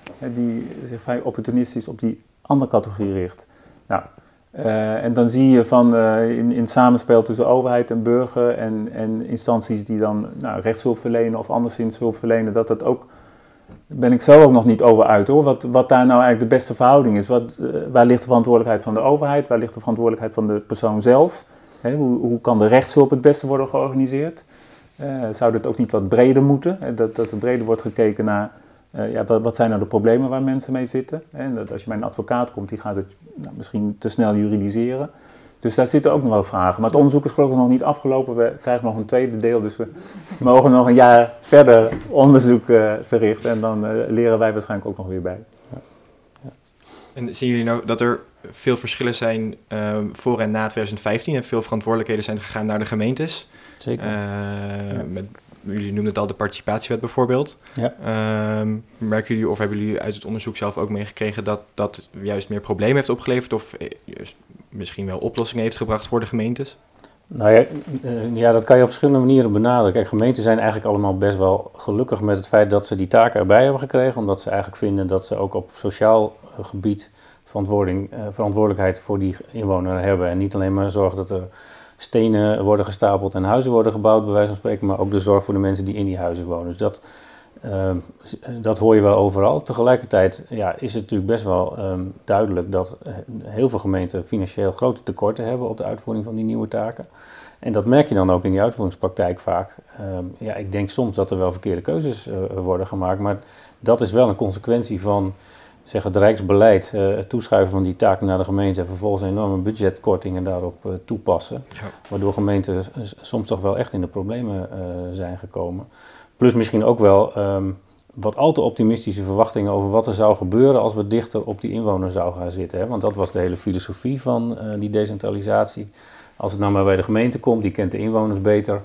die zich vrij opportunistisch op die andere categorie richt. Nou, uh, en dan zie je van uh, in, in samenspel tussen overheid en burger en, en instanties die dan nou, rechtshulp verlenen of anderszins hulp verlenen, dat dat ook, daar ben ik zelf ook nog niet over uit hoor, wat, wat daar nou eigenlijk de beste verhouding is. Wat, uh, waar ligt de verantwoordelijkheid van de overheid, waar ligt de verantwoordelijkheid van de persoon zelf? He, hoe, hoe kan de rechtshulp het beste worden georganiseerd? Uh, zou dat ook niet wat breder moeten? He, dat, dat er breder wordt gekeken naar uh, ja, wat, wat zijn nou de problemen waar mensen mee zitten? He, dat als je bij een advocaat komt, die gaat het nou, misschien te snel juridiseren. Dus daar zitten ook nog wel vragen. Maar het onderzoek is gelukkig nog niet afgelopen. We krijgen nog een tweede deel, dus we mogen nog een jaar verder onderzoek uh, verrichten. En dan uh, leren wij waarschijnlijk ook nog weer bij. Ja. Ja. En zien jullie nou dat er veel verschillen zijn uh, voor en na twintig vijftien en veel verantwoordelijkheden zijn gegaan naar de gemeentes? Zeker. Uh, ja. met, jullie noemden het al de participatiewet bijvoorbeeld. Ja. Uh, merken jullie of hebben jullie uit het onderzoek zelf ook meegekregen dat dat juist meer problemen heeft opgeleverd of juist misschien wel oplossingen heeft gebracht voor de gemeentes? Nou ja, ja, dat kan je op verschillende manieren benaderen. Kijk, gemeenten zijn eigenlijk allemaal best wel gelukkig met het feit dat ze die taken erbij hebben gekregen, omdat ze eigenlijk vinden dat ze ook op sociaal gebied verantwoording, uh, verantwoordelijkheid voor die inwoner hebben. En niet alleen maar zorgen dat er stenen worden gestapeld en huizen worden gebouwd, bij wijze van spreken, maar ook de zorg voor de mensen die in die huizen wonen. Dus dat, uh, dat hoor je wel overal. Tegelijkertijd ja, is het natuurlijk best wel um, duidelijk dat heel veel gemeenten financieel grote tekorten hebben op de uitvoering van die nieuwe taken. En dat merk je dan ook in die uitvoeringspraktijk vaak. Um, ja, ik denk soms dat er wel verkeerde keuzes uh, worden gemaakt, maar dat is wel een consequentie van zeg, het Rijksbeleid, uh, het toeschuiven van die taken naar de gemeente en vervolgens enorme budgetkortingen daarop uh, toepassen. Ja. Waardoor gemeenten soms toch wel echt in de problemen uh, zijn gekomen. Plus misschien ook wel um, wat al te optimistische verwachtingen over wat er zou gebeuren als we dichter op die inwoner zouden gaan zitten. Hè? Want dat was de hele filosofie van uh, die decentralisatie. Als het nou maar bij de gemeente komt, die kent de inwoners beter.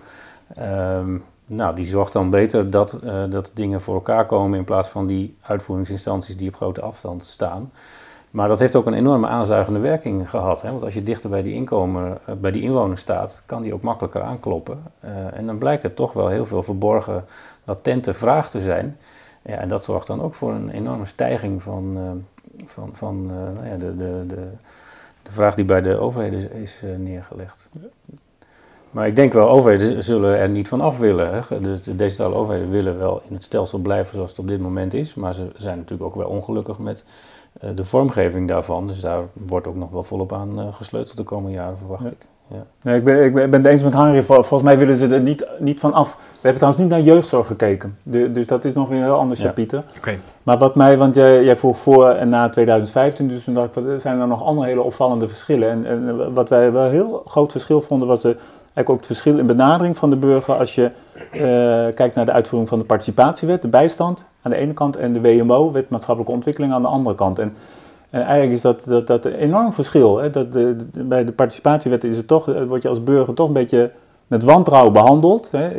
Um, Nou, die zorgt dan beter dat, uh, dat dingen voor elkaar komen in plaats van die uitvoeringsinstanties die op grote afstand staan. Maar dat heeft ook een enorme aanzuigende werking gehad. Hè? Want als je dichter bij die, inkomen, uh, bij die inwoner staat, kan die ook makkelijker aankloppen. Uh, en dan blijkt er toch wel heel veel verborgen, latente vraag te zijn. Ja, en dat zorgt dan ook voor een enorme stijging van, uh, van, van uh, nou ja, de, de, de, de vraag die bij de overheden is uh, neergelegd. Maar ik denk wel, overheden zullen er niet van af willen. Hè. De, de decentrale overheden willen wel in het stelsel blijven zoals het op dit moment is. Maar ze zijn natuurlijk ook wel ongelukkig met uh, de vormgeving daarvan. Dus daar wordt ook nog wel volop aan uh, gesleuteld de komende jaren, verwacht ja. ik. Ja. Nee, ik, ben, ik ben het eens met Henry. Volgens mij willen ze er niet, niet van af We hebben trouwens niet naar jeugdzorg gekeken. De, dus dat is nog weer een heel ander Ja. chapitre. Oké. Maar wat mij, want jij, jij vroeg voor en na twintig vijftien, dus toen dacht ik, wat zijn er nog andere hele opvallende verschillen? En, en wat wij wel een heel groot verschil vonden, was de, eigenlijk ook het verschil in benadering van de burger als je uh, kijkt naar de uitvoering van de participatiewet, de bijstand aan de ene kant en de W M O, wet maatschappelijke ontwikkeling, aan de andere kant. En, en eigenlijk is dat, dat, dat een enorm verschil. Hè? Dat, de, de, bij de participatiewet is het toch, word je als burger toch een beetje met wantrouwen behandeld. Hè?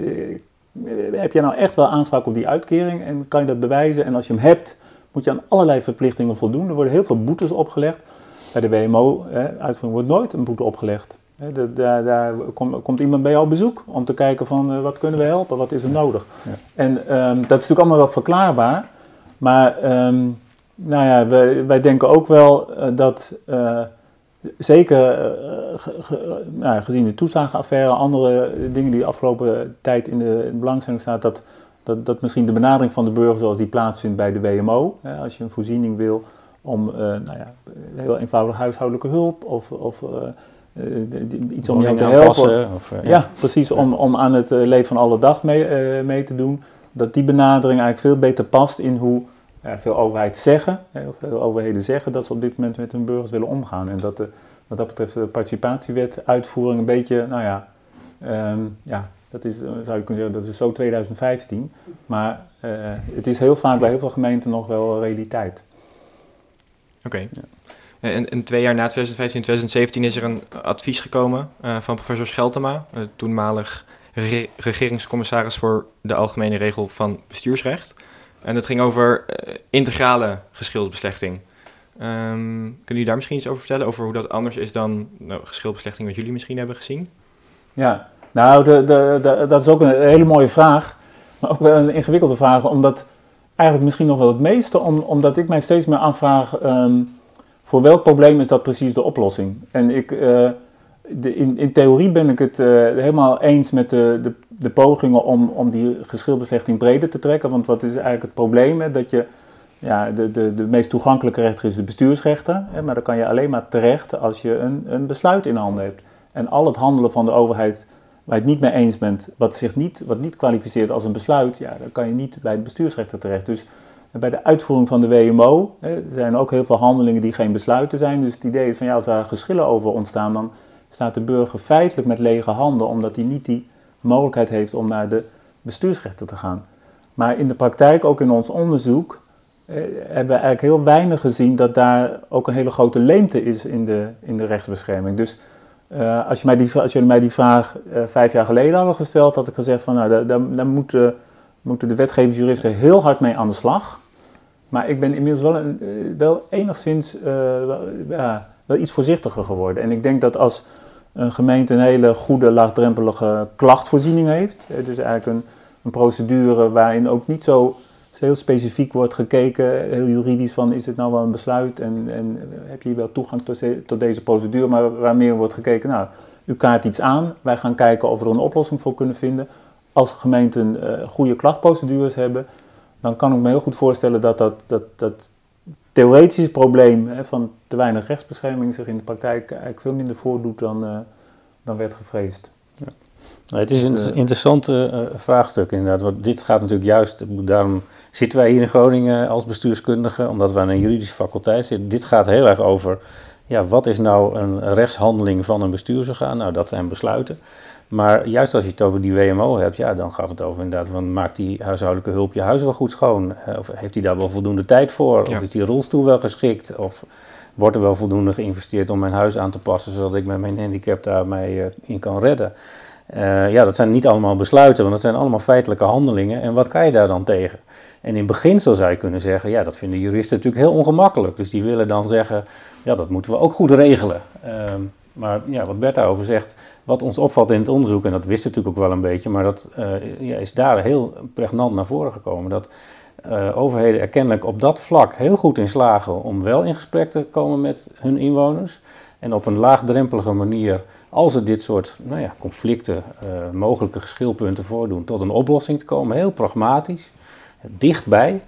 Heb je nou echt wel aanspraak op die uitkering en kan je dat bewijzen? En als je hem hebt, moet je aan allerlei verplichtingen voldoen. Er worden heel veel boetes opgelegd. Bij de W M O-uitvoering wordt nooit een boete opgelegd. He, de, daar daar kom, komt iemand bij jou op bezoek om te kijken van uh, wat kunnen we helpen, wat is er nodig. Ja. En um, dat is natuurlijk allemaal wel verklaarbaar. Maar um, nou ja, wij, wij denken ook wel uh, dat... Uh, Zeker uh, ge, ge, nou, gezien de toeslagenaffaire, andere dingen die de afgelopen tijd in de, in de belangstelling staan, dat, dat, dat misschien de benadering van de burger zoals die plaatsvindt bij de W M O, hè, als je een voorziening wil om uh, nou ja, heel eenvoudig huishoudelijke hulp of, of uh, uh, iets om jou te helpen. Of, uh, ja. ja, precies, om, om aan het leven van alle dag mee, uh, mee te doen, dat die benadering eigenlijk veel beter past in hoe Ja, veel overheid zeggen, of veel overheden zeggen dat ze op dit moment met hun burgers willen omgaan. En dat de, wat dat betreft de participatiewet uitvoering een beetje, nou ja, um, ja, dat is, zou je kunnen zeggen, dat is zo twintig vijftien. Maar uh, het is heel vaak bij heel veel gemeenten nog wel realiteit. Oké. Okay. Ja. En, en twee jaar na twintig vijftien, twintig zeventien is er een advies gekomen uh, van professor Scheltema, uh, toenmalig re- regeringscommissaris voor de Algemene Regel van Bestuursrecht. En dat ging over uh, integrale geschilsbeslechting. Um, kunnen jullie daar misschien iets over vertellen? Over hoe dat anders is dan nou, geschilsbeslechting wat jullie misschien hebben gezien? Ja, nou, de, de, de, dat is ook een hele mooie vraag. Maar ook wel een ingewikkelde vraag. Omdat eigenlijk misschien nog wel het meeste. Om, omdat ik mij steeds meer afvraag. Um, voor welk probleem is dat precies de oplossing? En ik, uh, de, in, in theorie ben ik het uh, helemaal eens met de, de, de pogingen om, om die geschilbeslechting breder te trekken. Want wat is eigenlijk het probleem? Hè? Dat je, ja, de, de, de meest toegankelijke rechter is de bestuursrechter. Hè? Maar dan kan je alleen maar terecht als je een, een besluit in handen hebt. En al het handelen van de overheid waar je het niet mee eens bent, wat zich niet, wat niet kwalificeert als een besluit, ja, dan kan je niet bij de bestuursrechter terecht. Dus bij de uitvoering van de W M O hè, er zijn ook heel veel handelingen die geen besluiten zijn. Dus het idee is van ja, als daar geschillen over ontstaan, dan staat de burger feitelijk met lege handen, omdat hij niet die mogelijkheid heeft om naar de bestuursrechter te gaan. Maar in de praktijk, ook in ons onderzoek, eh, hebben we eigenlijk heel weinig gezien dat daar ook een hele grote leemte is in de, in de rechtsbescherming. Dus uh, als, je mij die, als jullie mij die vraag uh, vijf jaar geleden hadden gesteld, had ik gezegd van nou, daar, daar, daar moeten, moeten de wetgevingsjuristen heel hard mee aan de slag. Maar ik ben inmiddels wel, een, wel enigszins uh, wel, ja, wel iets voorzichtiger geworden. En ik denk dat als een gemeente een hele goede, laagdrempelige klachtvoorziening heeft, dus eigenlijk een, een procedure waarin ook niet zo heel specifiek wordt gekeken, heel juridisch van is het nou wel een besluit en, en heb je hier wel toegang tot, tot deze procedure, maar waar meer wordt gekeken, nou, u kaart iets aan, wij gaan kijken of we er een oplossing voor kunnen vinden. Als gemeenten uh, goede klachtprocedures hebben, dan kan ik me heel goed voorstellen dat dat, dat, dat theoretische probleem hè, van te weinig rechtsbescherming zich in de praktijk eigenlijk veel minder voordoet dan, uh, dan werd gevreesd. Ja. Nou, het is een uh, interessant uh, vraagstuk inderdaad, want dit gaat natuurlijk juist, daarom zitten wij hier in Groningen als bestuurskundigen, omdat we aan een juridische faculteit zitten. Dit gaat heel erg over, ja, wat is nou een rechtshandeling van een bestuursorgaan? Nou, dat zijn besluiten. Maar juist als je het over die W M O hebt, ja, dan gaat het over inderdaad van maakt die huishoudelijke hulp je huis wel goed schoon? Of heeft hij daar wel voldoende tijd voor? Ja. Of is die rolstoel wel geschikt? Of wordt er wel voldoende geïnvesteerd om mijn huis aan te passen, zodat ik met mijn handicap daar mij uh, in kan redden? Uh, ja, dat zijn niet allemaal besluiten, want dat zijn allemaal feitelijke handelingen. En wat kan je daar dan tegen? En in beginsel zou je kunnen zeggen, ja, dat vinden juristen natuurlijk heel ongemakkelijk. Dus die willen dan zeggen, ja, dat moeten we ook goed regelen. Uh, maar ja, wat Bert daarover zegt, wat ons opvalt in het onderzoek, en dat wist natuurlijk ook wel een beetje, maar dat uh, ja, is daar heel pregnant naar voren gekomen. Dat uh, overheden er kennelijk op dat vlak heel goed in slagen om wel in gesprek te komen met hun inwoners. En op een laagdrempelige manier, als er dit soort nou ja, conflicten, uh, mogelijke geschilpunten voordoen, tot een oplossing te komen. Heel pragmatisch, dichtbij.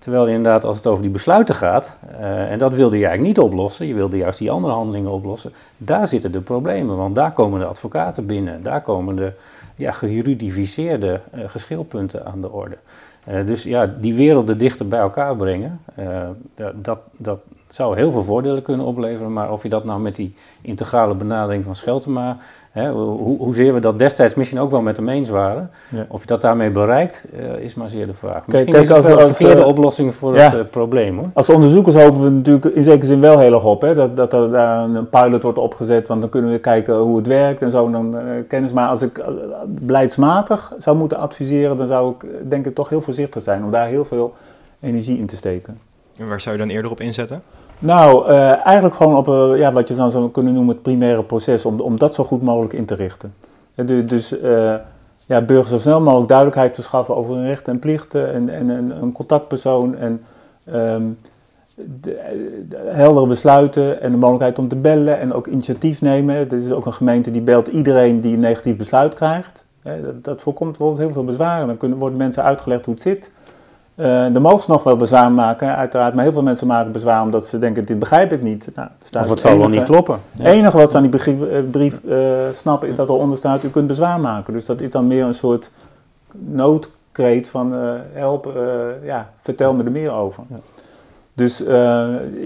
Terwijl inderdaad als het over die besluiten gaat, uh, en dat wilde je eigenlijk niet oplossen, je wilde juist die andere handelingen oplossen, daar zitten de problemen, want daar komen de advocaten binnen, daar komen de ja, gejuridificeerde uh, geschilpunten aan de orde. Uh, dus ja, die werelden dichter bij elkaar brengen, uh, dat, dat zou heel veel voordelen kunnen opleveren, maar of je dat nou met die integrale benadering van Scheltema, hè, hoe, hoezeer we dat destijds misschien ook wel met hem eens waren, ja. of je dat daarmee bereikt, uh, is maar zeer de vraag. Misschien kijk, kijk, is het wel een verkeerde uh, oplossing voor ja. het uh, probleem, hoor. Als onderzoekers hopen we natuurlijk in zekere zin wel heel erg op, hè, dat, dat er daar een pilot wordt opgezet, want dan kunnen we kijken hoe het werkt en zo, en dan uh, kennis. Maar als ik uh, beleidsmatig zou moeten adviseren, dan zou ik uh, denk ik toch heel voorzichtig zijn om daar heel veel energie in te steken. En waar zou je dan eerder op inzetten? Nou, uh, eigenlijk gewoon op uh, ja, wat je dan zou kunnen noemen het primaire proces, om, om dat zo goed mogelijk in te richten. Uh, dus uh, ja, burgers zo snel mogelijk duidelijkheid verschaffen over hun rechten en plichten en, en, en een contactpersoon en um, de, de heldere besluiten en de mogelijkheid om te bellen en ook initiatief nemen. Er is ook een gemeente die belt iedereen die een negatief besluit krijgt. Uh, dat, dat voorkomt bijvoorbeeld heel veel bezwaren. Dan kunnen, worden mensen uitgelegd hoe het zit. Uh, er mogen ze nog wel bezwaar maken, uiteraard, maar heel veel mensen maken bezwaar omdat ze denken, dit begrijp ik niet. Nou, of het zal wel niet kloppen. Het ja. enige wat ze aan die brief, uh, brief uh, snappen is dat er onder staat, u kunt bezwaar maken. Dus dat is dan meer een soort noodkreet van, uh, help, uh, ja, vertel me er meer over. Ja. Dus, uh,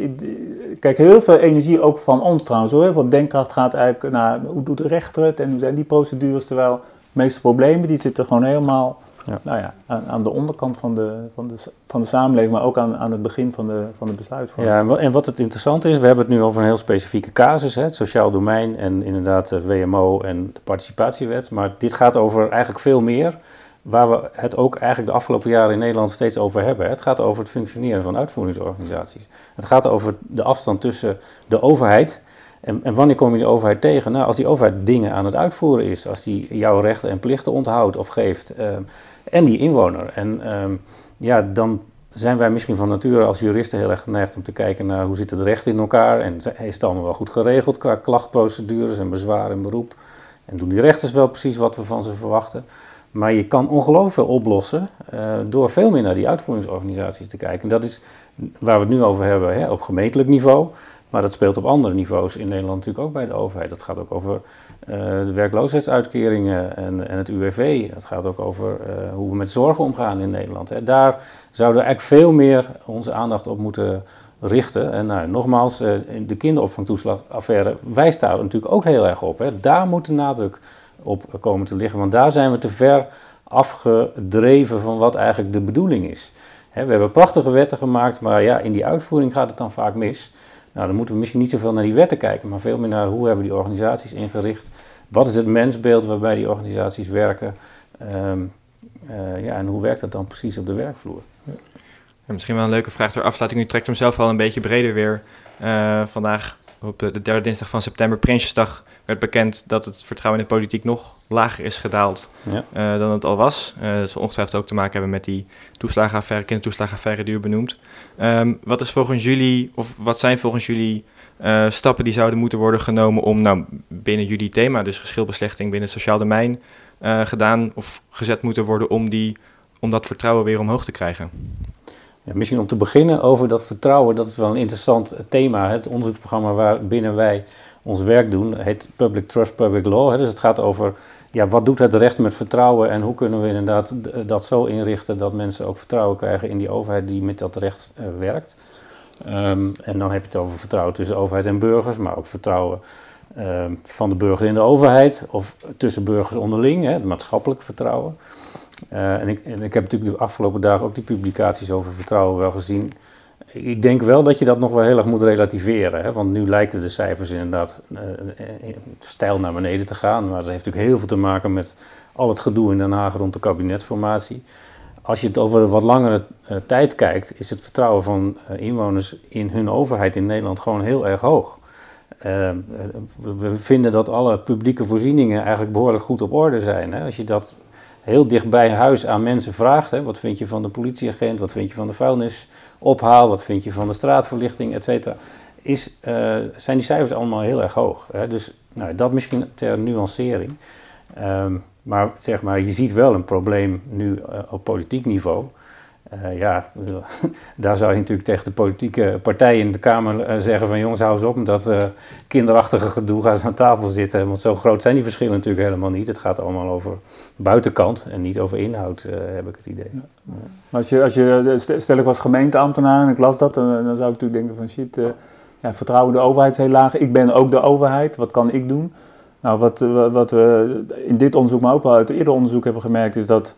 kijk, heel veel energie ook van ons trouwens, hoor. Heel veel denkkracht gaat eigenlijk naar, hoe doet de rechter het en hoe zijn die procedures, terwijl de meeste problemen, die zitten gewoon helemaal... Ja. Nou ja, aan, aan de onderkant van de, van, de, van de samenleving, maar ook aan, aan het begin van de, van de besluitvorming. Ja, en wat het interessante is, we hebben het nu over een heel specifieke casus, hè, het sociaal domein en inderdaad de W M O en de participatiewet. Maar dit gaat over eigenlijk veel meer, waar we het ook eigenlijk de afgelopen jaren in Nederland steeds over hebben. Het gaat over het functioneren van uitvoeringsorganisaties. Het gaat over de afstand tussen de overheid. En, en wanneer kom je de overheid tegen? Nou, als die overheid dingen aan het uitvoeren is, als die jouw rechten en plichten onthoudt of geeft, uh, en die inwoner. En uh, ja, dan zijn wij misschien van nature als juristen heel erg geneigd om te kijken naar hoe zitten de rechten in elkaar en is het allemaal wel goed geregeld qua klachtprocedures en bezwaar en beroep. En doen die rechters wel precies wat we van ze verwachten. Maar je kan ongelooflijk veel oplossen uh, door veel meer naar die uitvoeringsorganisaties te kijken. En dat is waar we het nu over hebben, hè, op gemeentelijk niveau. Maar dat speelt op andere niveaus in Nederland natuurlijk ook bij de overheid. Dat gaat ook over uh, de werkloosheidsuitkeringen en, en het U W V. Het gaat ook over uh, hoe we met zorgen omgaan in Nederland. Hè. Daar zouden we eigenlijk veel meer onze aandacht op moeten richten. En nou, nogmaals, uh, de kinderopvangtoeslagaffaire wijst daar natuurlijk ook heel erg op. Hè. Daar moet de nadruk op komen te liggen, want daar zijn we te ver afgedreven van wat eigenlijk de bedoeling is. Hè, we hebben prachtige wetten gemaakt, maar ja, in die uitvoering gaat het dan vaak mis. Nou, dan moeten we misschien niet zoveel naar die wetten kijken, maar veel meer naar hoe hebben we die organisaties ingericht. Wat is het mensbeeld waarbij die organisaties werken? Um, uh, ja, en hoe werkt dat dan precies op de werkvloer? Ja. Ja, misschien wel een leuke vraag ter afsluiting. U trekt hem zelf al een beetje breder weer. Uh, vandaag op de derde dinsdag van september, Prinsjesdag, werd bekend dat het vertrouwen in de politiek nog lager is gedaald ja. uh, dan het al was. Uh, dat zal ongetwijfeld ook te maken hebben met die toeslagenaffaire, kindertoeslagenaffaire die u benoemt. Um, wat is volgens jullie, of wat zijn volgens jullie uh, stappen die zouden moeten worden genomen om nou, binnen jullie thema, dus geschilbeslechting binnen het sociaal domein, uh, gedaan of gezet moeten worden om, die, om dat vertrouwen weer omhoog te krijgen? Ja, misschien om te beginnen over dat vertrouwen, dat is wel een interessant thema. Het onderzoeksprogramma waarbinnen wij ons werk doen heet Public Trust, Public Law. Hè. Dus het gaat over, ja, wat doet het recht met vertrouwen en hoe kunnen we inderdaad dat zo inrichten dat mensen ook vertrouwen krijgen in die overheid die met dat recht uh, werkt. Um, en dan heb je het over vertrouwen tussen overheid en burgers, maar ook vertrouwen uh, van de burger in de overheid of tussen burgers onderling, hè, het maatschappelijk vertrouwen. Uh, en, ik, en ik heb natuurlijk de afgelopen dagen ook die publicaties over vertrouwen wel gezien. Ik denk wel dat je dat nog wel heel erg moet relativeren. Hè? Want nu lijken de cijfers inderdaad uh, steil naar beneden te gaan. Maar dat heeft natuurlijk heel veel te maken met al het gedoe in Den Haag rond de kabinetsformatie. Als je het over een wat langere uh, tijd kijkt, is het vertrouwen van uh, inwoners in hun overheid in Nederland gewoon heel erg hoog. Uh, we vinden dat alle publieke voorzieningen eigenlijk behoorlijk goed op orde zijn. Hè? Als je dat heel dicht bij huis aan mensen vraagt, hè, wat vind je van de politieagent, wat vind je van de vuilnisophaal, wat vind je van de straatverlichting, et cetera, is, uh, zijn die cijfers allemaal heel erg hoog. Hè. Dus nou, dat misschien ter nuancering. Um, maar zeg maar, je ziet wel een probleem nu uh, op politiek niveau. Uh, ja, daar zou je natuurlijk tegen de politieke partijen in de Kamer uh, zeggen van jongens, hou eens op met dat uh, kinderachtige gedoe, ga eens aan tafel zitten. Want zo groot zijn die verschillen natuurlijk helemaal niet. Het gaat allemaal over buitenkant en niet over inhoud, uh, heb ik het idee. Ja. Ja. Maar als je, als je, stel ik was gemeenteambtenaar en ik las dat, dan, dan zou ik natuurlijk denken van shit, uh, ja, vertrouwen de overheid is heel laag. Ik ben ook de overheid, wat kan ik doen? Nou, wat, wat we in dit onderzoek, maar ook wel uit eerder onderzoek hebben gemerkt, is dat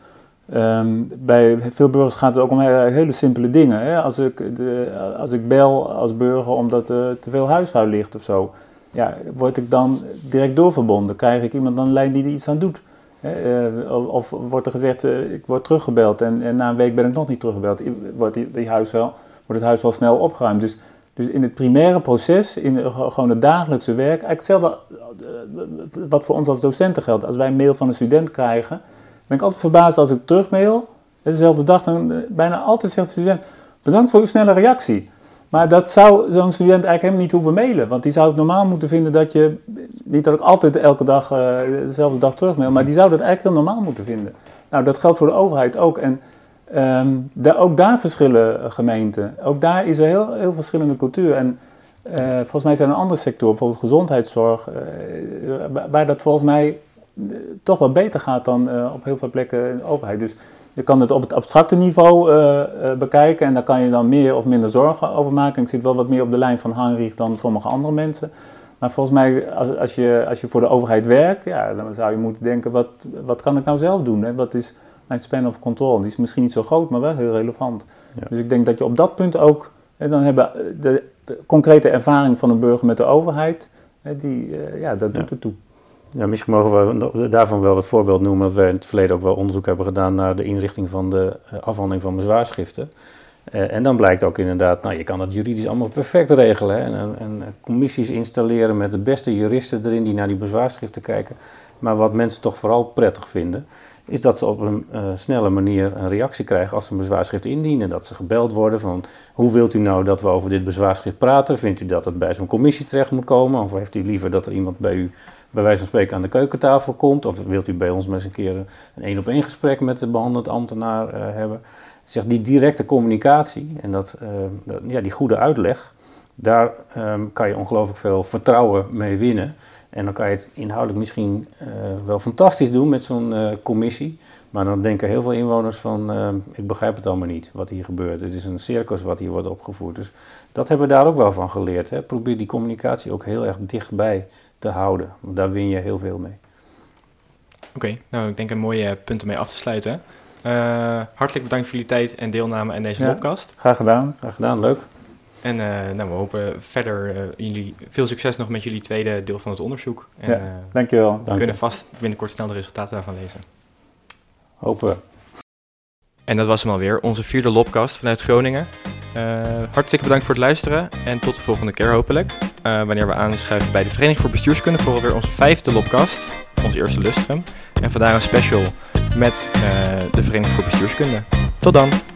Um, bij veel burgers gaat het ook om hele simpele dingen. Hè? Als, ik de, als ik bel als burger omdat er uh, te veel huisvuil ligt of zo, ja, word ik dan direct doorverbonden? Krijg ik iemand aan de lijn die er iets aan doet? Hè? Uh, of wordt er gezegd, uh, ik word teruggebeld en, en na een week ben ik nog niet teruggebeld. Wordt, die, die huisvuil, wordt het huis wel snel opgeruimd. Dus, dus in het primaire proces, in uh, gewoon het dagelijkse werk, eigenlijk hetzelfde uh, wat voor ons als docenten geldt. Als wij een mail van een student krijgen, ben ik altijd verbaasd als ik terugmail. Dezelfde dag, dan bijna altijd zegt de student, bedankt voor uw snelle reactie. Maar dat zou zo'n student eigenlijk helemaal niet hoeven mailen. Want die zou het normaal moeten vinden dat je, niet dat ik altijd elke dag uh, dezelfde dag terugmail, maar die zou dat eigenlijk heel normaal moeten vinden. Nou, dat geldt voor de overheid ook. En um, daar, ook daar verschillen gemeenten. Ook daar is er heel, heel verschillende cultuur. En uh, volgens mij zijn er andere sectoren, bijvoorbeeld gezondheidszorg, uh, waar dat volgens mij toch wel beter gaat dan uh, op heel veel plekken in de overheid. Dus je kan het op het abstracte niveau uh, uh, bekijken en daar kan je dan meer of minder zorgen over maken. Ik zit wel wat meer op de lijn van Heinrich dan sommige andere mensen. Maar volgens mij, als, als, je, als je voor de overheid werkt, ja, dan zou je moeten denken, wat, wat kan ik nou zelf doen? Hè? Wat is mijn span of control? Die is misschien niet zo groot, maar wel heel relevant. Ja. Dus ik denk dat je op dat punt ook, hè, dan hebben de, de concrete ervaring van een burger met de overheid, hè, die, uh, ja, dat doet ja. ertoe. Ja, misschien mogen we daarvan wel het voorbeeld noemen dat wij in het verleden ook wel onderzoek hebben gedaan naar de inrichting van de afhandeling van bezwaarschriften. Uh, en dan blijkt ook inderdaad, nou je kan dat juridisch allemaal perfect regelen hè, en, en commissies installeren met de beste juristen erin die naar die bezwaarschriften kijken. Maar wat mensen toch vooral prettig vinden, is dat ze op een uh, snelle manier een reactie krijgen als ze een bezwaarschrift indienen. Dat ze gebeld worden van, hoe wilt u nou dat we over dit bezwaarschrift praten? Vindt u dat het bij zo'n commissie terecht moet komen? Of heeft u liever dat er iemand bij u, bij wijze van spreken, aan de keukentafel komt? Of wilt u bij ons eens een keer een één-op-één gesprek met de behandelend ambtenaar uh, hebben? Zeg, die directe communicatie en dat, uh, dat, ja, die goede uitleg, daar um, kan je ongelooflijk veel vertrouwen mee winnen. En dan kan je het inhoudelijk misschien uh, wel fantastisch doen met zo'n uh, commissie. Maar dan denken heel veel inwoners van, uh, ik begrijp het allemaal niet wat hier gebeurt. Het is een circus wat hier wordt opgevoerd. Dus dat hebben we daar ook wel van geleerd. Hè? Probeer die communicatie ook heel erg dichtbij te houden. Want daar win je heel veel mee. Oké, okay, nou ik denk een mooie punt om mee af te sluiten. Uh, hartelijk bedankt voor jullie tijd en deelname aan deze ja, podcast. Graag gedaan. Graag gedaan, leuk. En uh, nou, we hopen verder uh, jullie veel succes nog met jullie tweede deel van het onderzoek. En, ja, uh, dankjewel. We Dank kunnen je. vast binnenkort snel de resultaten daarvan lezen. Hopen we. En dat was hem alweer, onze vierde Lopcast vanuit Groningen. Uh, hartstikke bedankt voor het luisteren en tot de volgende keer hopelijk. Uh, wanneer we aanschuiven bij de Vereniging voor Bestuurskunde voor alweer onze vijfde Lopcast. Onze eerste lustrum. En vandaar een special met uh, de Vereniging voor Bestuurskunde. Tot dan!